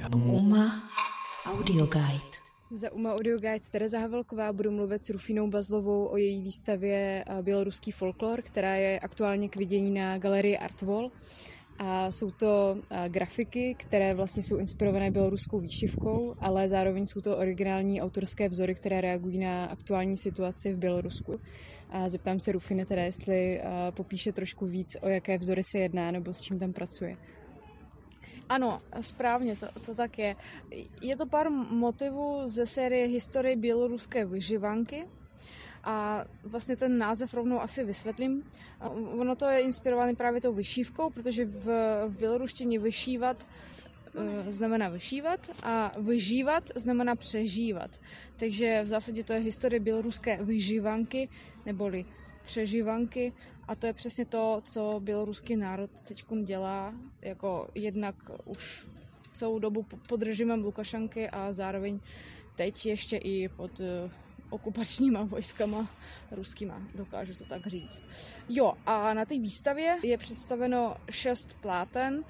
UMA Audio Guide. Za UMA Audio Guide Tereza Havelková budu mluvit s Rufinou Bazlovou o její výstavě Běloruský folklor, která je aktuálně k vidění na galerii Artwall. A jsou to grafiky, které vlastně jsou inspirované běloruskou výšivkou, ale zároveň jsou to originální autorské vzory, které reagují na aktuální situaci v Bělorusku. A zeptám se Rufiny teda, jestli popíše trošku víc, o jaké vzory se jedná nebo s čím tam pracuje. Ano, správně, to tak je. Je to pár motivů ze série Historie běloruské vyživanky a vlastně ten název rovnou asi vysvětlím. Ono to je inspirované právě tou vyšívkou, protože v běloruštině vyšívat znamená vyšívat a vyžívat znamená přežívat. Takže v zásadě to je historie běloruské vyživanky neboli přežívanky a to je přesně to, co běloruský národ teď dělá, jako jednak už celou dobu pod režimem Lukašenky a zároveň teď ještě i pod okupačníma vojskama ruskýma, dokážu to tak říct. Jo, a na té výstavě je představeno 6 pláten,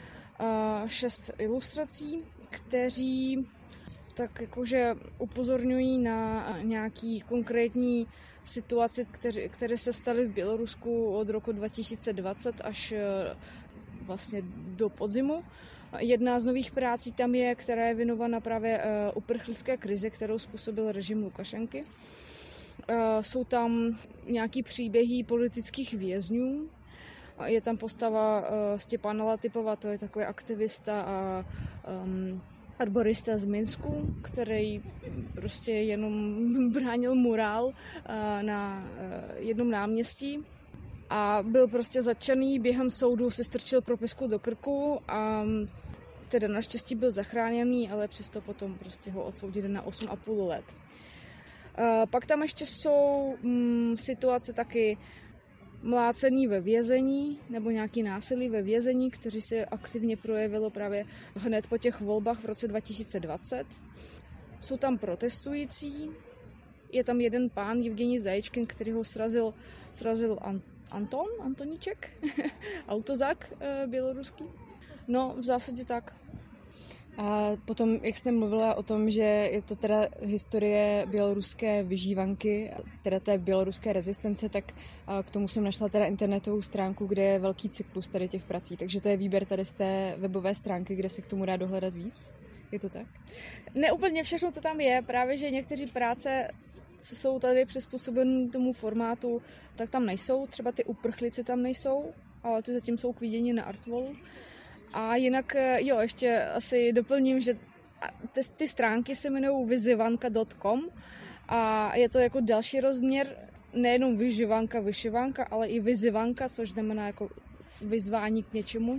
6 ilustrací, kteří tak jakože upozorňují na nějaký konkrétní situace, které se staly v Bělorusku od roku 2020 až vlastně do podzimu. Jedna z nových prací tam je, která je věnována právě uprchlické krizi, kterou způsobil režim Lukašenky. Jsou tam nějaký příběhy politických vězňů. Je tam postava Stěpana Latypova, to je takový aktivista a arborista z Minsku, který prostě jenom bránil murál na jednom náměstí a byl prostě zatčený, během soudu si strčil propisku do krku a teda naštěstí byl zachráněný, ale přesto potom prostě ho odsoudili na 8,5 let. Pak tam ještě jsou situace taky mlácení ve vězení nebo nějaký násilí ve vězení, kteří se aktivně projevilo právě hned po těch volbách v roce 2020. Jsou tam protestující, je tam jeden pán, Evgenij Zajičkin, který ho srazil Antoníček, autozák běloruský. No, v zásadě tak. A potom, jak jste mluvila o tom, že je to teda historie běloruské vyžívanky, teda té běloruské rezistence, tak k tomu jsem našla teda internetovou stránku, kde je velký cyklus tady těch prací. Takže to je výběr tady z té webové stránky, kde se k tomu dá dohledat víc. Je to tak? Neúplně všechno to tam je, právě že někteří práce, co jsou tady přizpůsobeny tomu formátu, tak tam nejsou. Třeba ty uprchlice tam nejsou, ale ty zatím jsou k vidění na Artwallu. A jinak, jo, ještě asi doplním, že ty stránky se jmenují vyzivanka.com a je to jako další rozměr, nejenom vyšivanka, ale i vyzivanka, což znamená jako vyzvání k něčemu.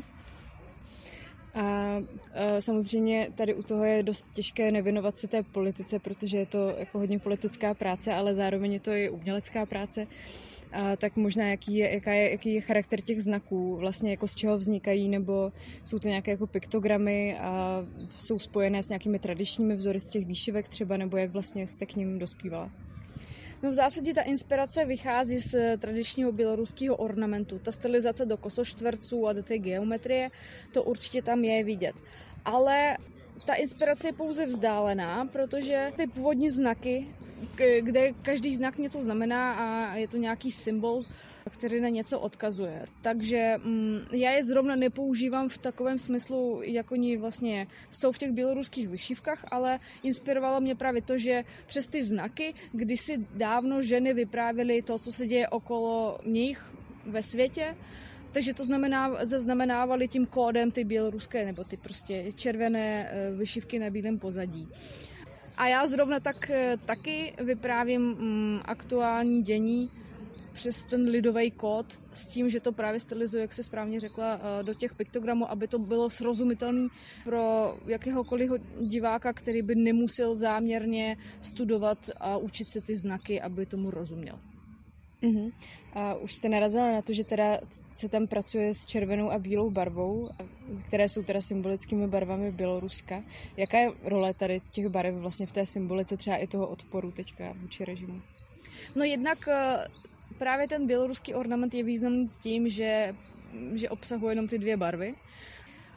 A samozřejmě tady u toho je dost těžké nevěnovat se té politice, protože je to jako hodně politická práce, ale zároveň je to i umělecká práce. A tak možná jaký je charakter těch znaků, vlastně jako z čeho vznikají, nebo jsou to nějaké jako piktogramy a jsou spojené s nějakými tradičními vzory z těch výšivek třeba, nebo jak vlastně jste k nim dospívala? No v zásadě ta inspirace vychází z tradičního běloruského ornamentu. Ta stylizace do kosoštverců a do té geometrie, to určitě tam je vidět. Ale ta inspirace je pouze vzdálená, protože ty původní znaky, kde každý znak něco znamená a je to nějaký symbol, který na něco odkazuje. Takže já je zrovna nepoužívám v takovém smyslu, jak oni vlastně jsou v těch běloruských vyšívkách, ale inspirovalo mě právě to, že přes ty znaky, kdysi dávno ženy vyprávěly to, co se děje okolo nich ve světě, takže to zaznamenávali tím kódem ty běloruské nebo ty prostě červené vyšívky na bílém pozadí. A já zrovna taky vyprávím aktuální dění přes ten lidový kód s tím, že to právě stylizuje, jak se správně řekla, do těch piktogramů, aby to bylo srozumitelné pro jakéhokoliv diváka, který by nemusel záměrně studovat a učit se ty znaky, aby tomu rozuměl. Uh-huh. A už jste narazila na to, že teda se tam pracuje s červenou a bílou barvou, které jsou teda symbolickými barvami Běloruska. Jaká je role tady těch barev vlastně v té symbolice třeba i toho odporu teďka vůči režimu? No jednak právě ten běloruský ornament je významný tím, že obsahuje jenom ty 2 barvy.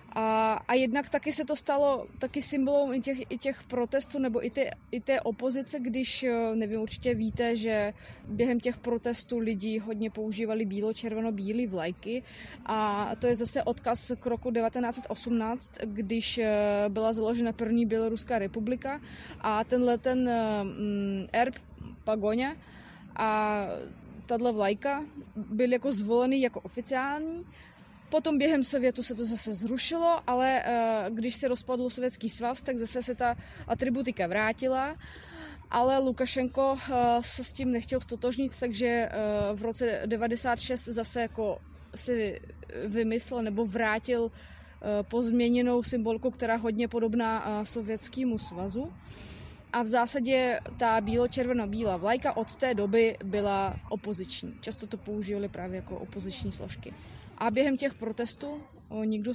A jednak taky se to stalo taky symbolem i těch protestů nebo i té opozice, když, nevím, určitě víte, že během těch protestů lidi hodně používali bílo-červeno-bílé vlajky a to je zase odkaz k roku 1918, když byla založena první Běloruská republika a ten erb Pagoňa a tato vlajka byl jako zvolený jako oficiální. Potom během Sovětu se to zase zrušilo, ale když se rozpadl Sovětský svaz, tak zase se ta atributika vrátila, ale Lukašenko se s tím nechtěl stotožnit, takže v roce 1996 zase jako si vymyslel nebo vrátil pozměněnou symbolku, která je hodně podobná Sovětskému svazu. A v zásadě ta bílo-červeno-bílá vlajka od té doby byla opoziční. Často to používali právě jako opoziční složky. A během těch protestů nikdo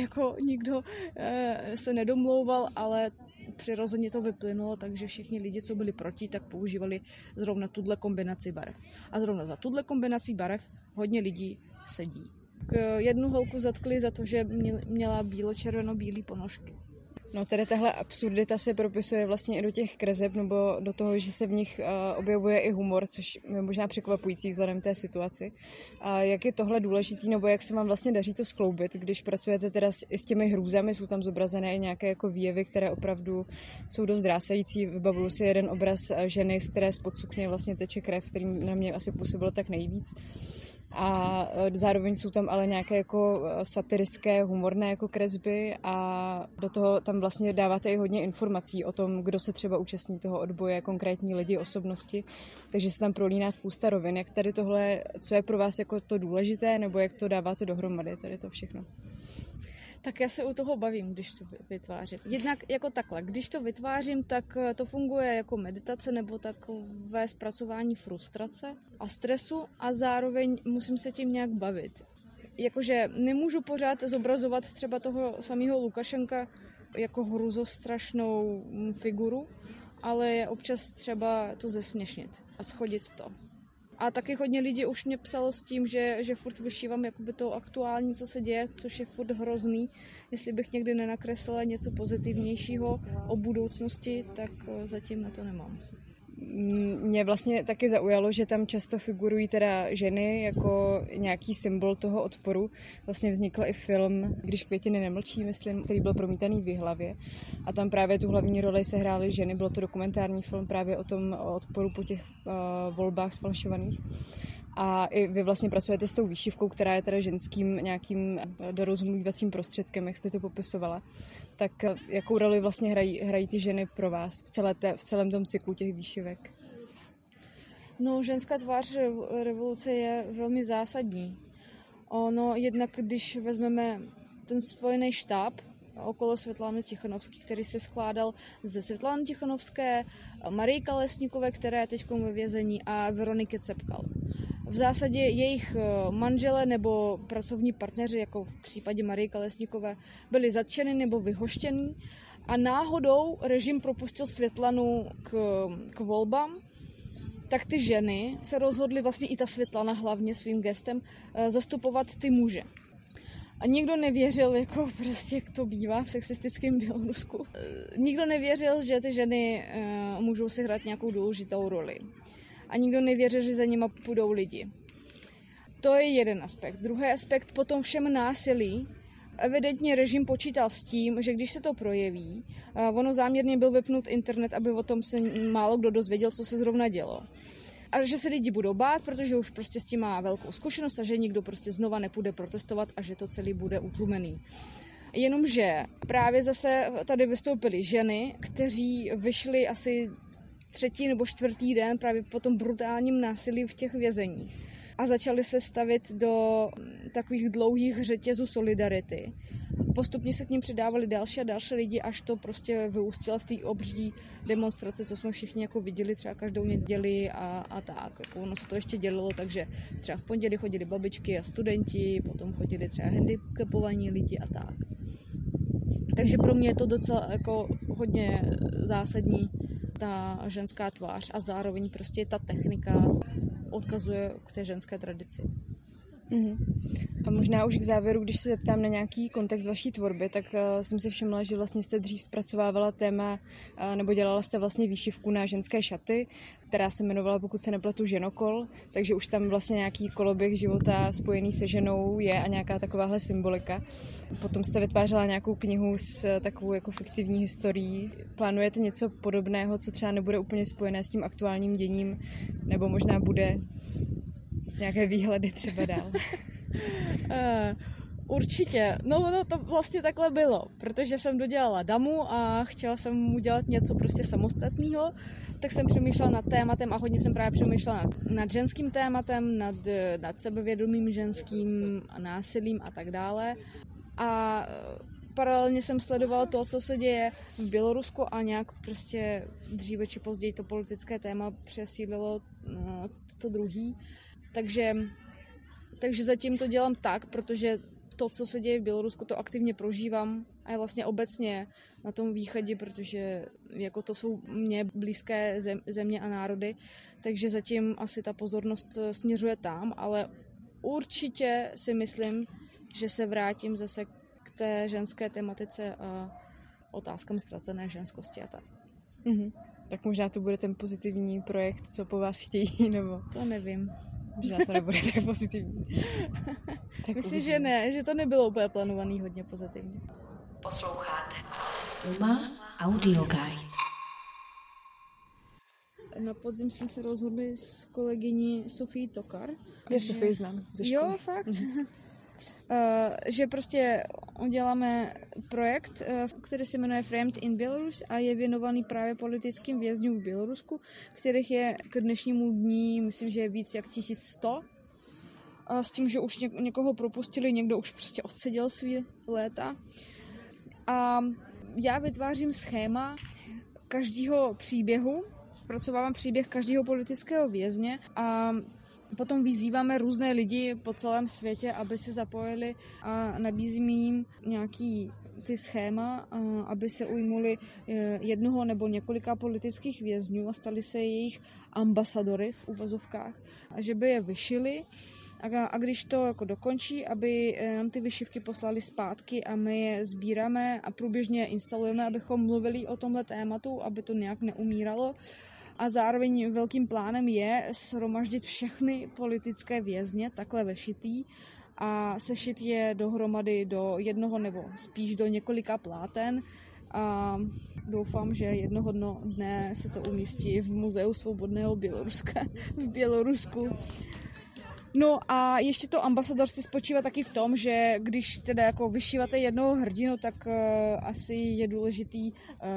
se nedomlouval, ale přirozeně to vyplynulo, takže všichni lidi, co byli proti, tak používali zrovna tuhle kombinaci barev. A zrovna za tuhle kombinací barev hodně lidí sedí. Jednu holku zatkli za to, že měla bílo-červeno-bílý ponožky. No tady tahle absurdita se propisuje vlastně i do těch kreseb, nebo do toho, že se v nich objevuje i humor, což je možná překvapující vzhledem té situaci. A jak je tohle důležitý, nebo jak se vám vlastně daří to skloubit, když pracujete teda i s těmi hrůzami, jsou tam zobrazené i nějaké jako výjevy, které opravdu jsou dost drásající. Vybavuju si jeden obraz ženy, z které spod sukně vlastně teče krev, který na mě asi působil tak nejvíc. A zároveň jsou tam ale nějaké jako satirické, humorné jako kresby a do toho tam vlastně dáváte i hodně informací o tom, kdo se třeba účastní toho odboje, konkrétní lidi, osobnosti, takže se tam prolíná spousta rovin. Jak tady tohle, co je pro vás jako to důležité, nebo jak to dáváte dohromady, tady to všechno? Tak já se u toho bavím, když to vytvářím. Jednak jako takhle, když to vytvářím, tak to funguje jako meditace nebo takové zpracování frustrace a stresu a zároveň musím se tím nějak bavit. Jakože nemůžu pořád zobrazovat třeba toho samého Lukašenka jako hruzostrašnou figuru, ale je občas třeba to zesměšnit a schodit to. A taky hodně lidí už mě psalo s tím, že furt vyšívám jakoby to aktuální, co se děje, což je furt hrozný. Jestli bych někdy nenakreslila něco pozitivnějšího o budoucnosti, tak zatím na to nemám. Mě vlastně taky zaujalo, že tam často figurují teda ženy jako nějaký symbol toho odporu. Vlastně vznikl i film Když květiny nemlčí, myslím, který byl promítaný v Jihlavě. A tam právě tu hlavní roli sehrály ženy. Bylo to dokumentární film právě o tom odporu po těch volbách sfalšovaných. A i vy vlastně pracujete s tou výšivkou, která je teda ženským nějakým dorozumívacím prostředkem, jak jste to popisovala. Tak jakou roli vlastně hrají ty ženy pro vás v celém tom cyklu těch výšivek? No, ženská tvář revoluce je velmi zásadní. Ono jednak, když vezmeme ten spojený štáb okolo Světlany Tichanovské, který se skládal ze Světlany Tichanovské, Marie Kalesníkové, která je teď ve vězení, a Veroniky Cepkal. V zásadě jejich manžele nebo pracovní partneři, jako v případě Marie Kalesníkové, byli zatčeni nebo vyhoštěni a náhodou režim propustil Světlanu k volbám, tak ty ženy se rozhodly, vlastně i ta Světlana hlavně svým gestem, zastupovat ty muže. A nikdo nevěřil, jako prostě jak to bývá v sexistickém Bělorusku. Nikdo nevěřil, že ty ženy můžou si hrát nějakou důležitou roli. A nikdo nevěřil, že za nima půjdou lidi. To je jeden aspekt. Druhý aspekt, po tom všem násilí, evidentně režim počítal s tím, že když se to projeví, ono záměrně byl vypnut internet, aby o tom se málo kdo dozvěděl, co se zrovna dělo. A že se lidi budou bát, protože už prostě s tím má velkou zkušenost a že nikdo prostě znova nepůjde protestovat a že to celý bude utlumený. Jenomže právě zase tady vystoupily ženy, kteří vyšli asi 3. nebo 4. den právě po tom brutálním násilí v těch vězeních a začali se stavit do takových dlouhých řetězů solidarity. Postupně se k ním přidávali další a další lidi, až to prostě vyústilo v té obří demonstrace, co jsme všichni jako viděli třeba každou neděli a tak. Jako ono se to ještě dělalo, takže třeba v pondělí chodili babičky a studenti, potom chodili třeba handicapovaní lidi a tak. Takže pro mě je to docela jako hodně zásadní, ta ženská tvář a zároveň prostě ta technika odkazuje k té ženské tradici. A možná už k závěru, když se zeptám na nějaký kontext vaší tvorby, tak jsem si všimla, že vlastně jste dřív zpracovávala téma, nebo dělala jste vlastně výšivku na ženské šaty, která se jmenovala, pokud se nepletu, Ženokol, takže už tam vlastně nějaký koloběh života spojený se ženou je a nějaká takováhle symbolika. Potom jste vytvářela nějakou knihu s takovou jako fiktivní historií. Plánujete něco podobného, co třeba nebude úplně spojené s tím aktuálním děním, nebo možná bude nějaké výhledy třeba dál? Určitě. No to vlastně takhle bylo, protože jsem dodělala damu a chtěla jsem udělat něco prostě samostatného, tak jsem přemýšlela nad tématem a hodně jsem právě přemýšlela nad ženským tématem, nad sebevědomým ženským a násilím a tak dále. A paralelně jsem sledovala to, co se děje v Bělorusku a nějak prostě dříve či později to politické téma přesídlilo to druhý. Takže zatím to dělám tak, protože to, co se děje v Bělorusku, to aktivně prožívám a je vlastně obecně na tom východě, protože jako to jsou mně blízké země a národy, takže zatím asi ta pozornost směřuje tam, ale určitě si myslím, že se vrátím zase k té ženské tematice a otázkám ztracené ženskosti a tak. Mhm. Tak možná to bude ten pozitivní projekt, co po vás chtějí, nebo... To nevím. Možná to nebude tak pozitivní. Tak myslím, že ne, že to nebylo úplně plánovaný hodně pozitivně. Posloucháte Uma Audio Guide. Na podzim jsme se rozhodli s kolegyní Sofí Tokar. Já Sofii znám ze školy. Jo, fakt. Že prostě uděláme projekt, který se jmenuje Framed in Belarus a je věnovaný právě politickým vězňům v Bělorusku, kterých je k dnešnímu dní, myslím, že je víc jak 1100. A s tím, že už někoho propustili, někdo už prostě odseděl svý léta. A já vytvářím schéma každého příběhu, zpracovávám příběh každého politického vězně a potom vyzýváme různé lidi po celém světě, aby se zapojili a nabízíme jim nějaký ty schéma, aby se ujmuli jednoho nebo několika politických vězňů a stali se jejich ambasadory v uvozovkách, a že by je vyšili a když to jako dokončí, aby nám ty vyšivky poslali zpátky a my je sbíráme a průběžně instalujeme, abychom mluvili o tomhle tématu, aby to nějak neumíralo. A zároveň velkým plánem je shromaždit všechny politické vězně, takhle vešitý, a sešit je dohromady do jednoho nebo spíš do několika pláten. A doufám, že jednoho dne se to umístí v Muzeu svobodného Běloruska v Bělorusku. No a ještě to ambasadorství spočívá taky v tom, že když teda jako vyšíváte jednoho hrdinu, tak asi je důležitý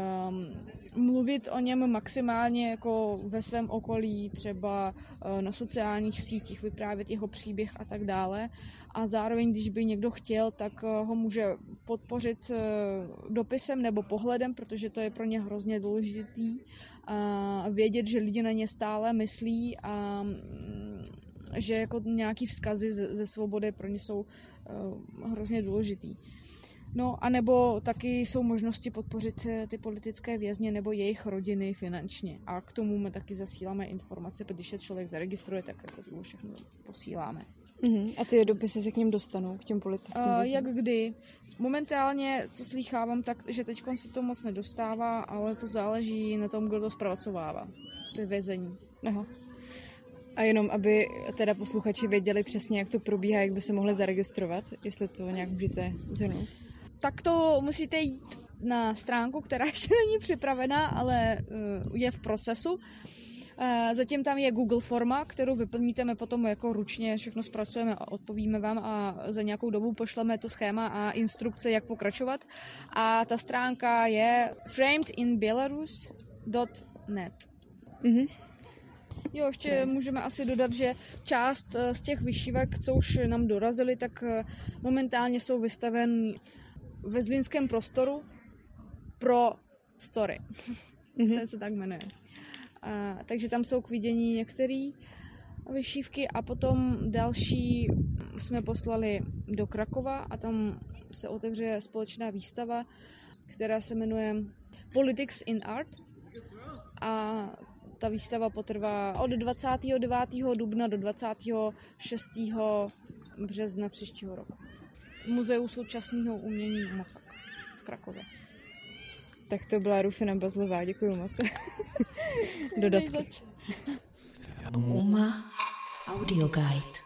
mluvit o něm maximálně jako ve svém okolí, třeba na sociálních sítích, vyprávět jeho příběh a tak dále. A zároveň, když by někdo chtěl, tak ho může podpořit dopisem nebo pohledem, protože to je pro ně hrozně důležitý. Vědět, že lidi na ně stále myslí a že jako nějaký vzkazy ze svobody pro ně jsou hrozně důležitý. No a nebo taky jsou možnosti podpořit ty politické vězně nebo jejich rodiny finančně. A k tomu my taky zasíláme informace, když se člověk zaregistruje, tak jako to všechno posíláme. A ty dopisy se k ním dostanou, k těm politickým vězňům? Jak kdy. Momentálně, co slýchávám, tak, že teď se to moc nedostává, ale to záleží na tom, kdo to zpracovává. Ty vězení. Aha. A jenom, aby teda posluchači věděli přesně, jak to probíhá, jak by se mohli zaregistrovat, jestli to nějak můžete shrnout. Tak to musíte jít na stránku, která ještě není připravená, ale je v procesu. Zatím tam je Google forma, kterou vyplníte, my potom jako ručně všechno zpracujeme a odpovíme vám a za nějakou dobu pošleme to schéma a instrukce, jak pokračovat. A ta stránka je framedinbelarus.net. Jo, ještě můžeme asi dodat, že část z těch vyšívek, co už nám dorazily, tak momentálně jsou vystaveny ve zlínském prostoru pro story. Ten se tak jmenuje. Takže tam jsou k vidění některé vyšívky a potom další jsme poslali do Krakova a tam se otevře společná výstava, která se jmenuje Politics in Art a ta výstava potrvá od 29. dubna do 26. března příštího roku. Muzeu současného umění Mocak v Krakově. Tak to byla Rufina Bazlová, děkuji moc. Dodatky. UMA Audio Guide.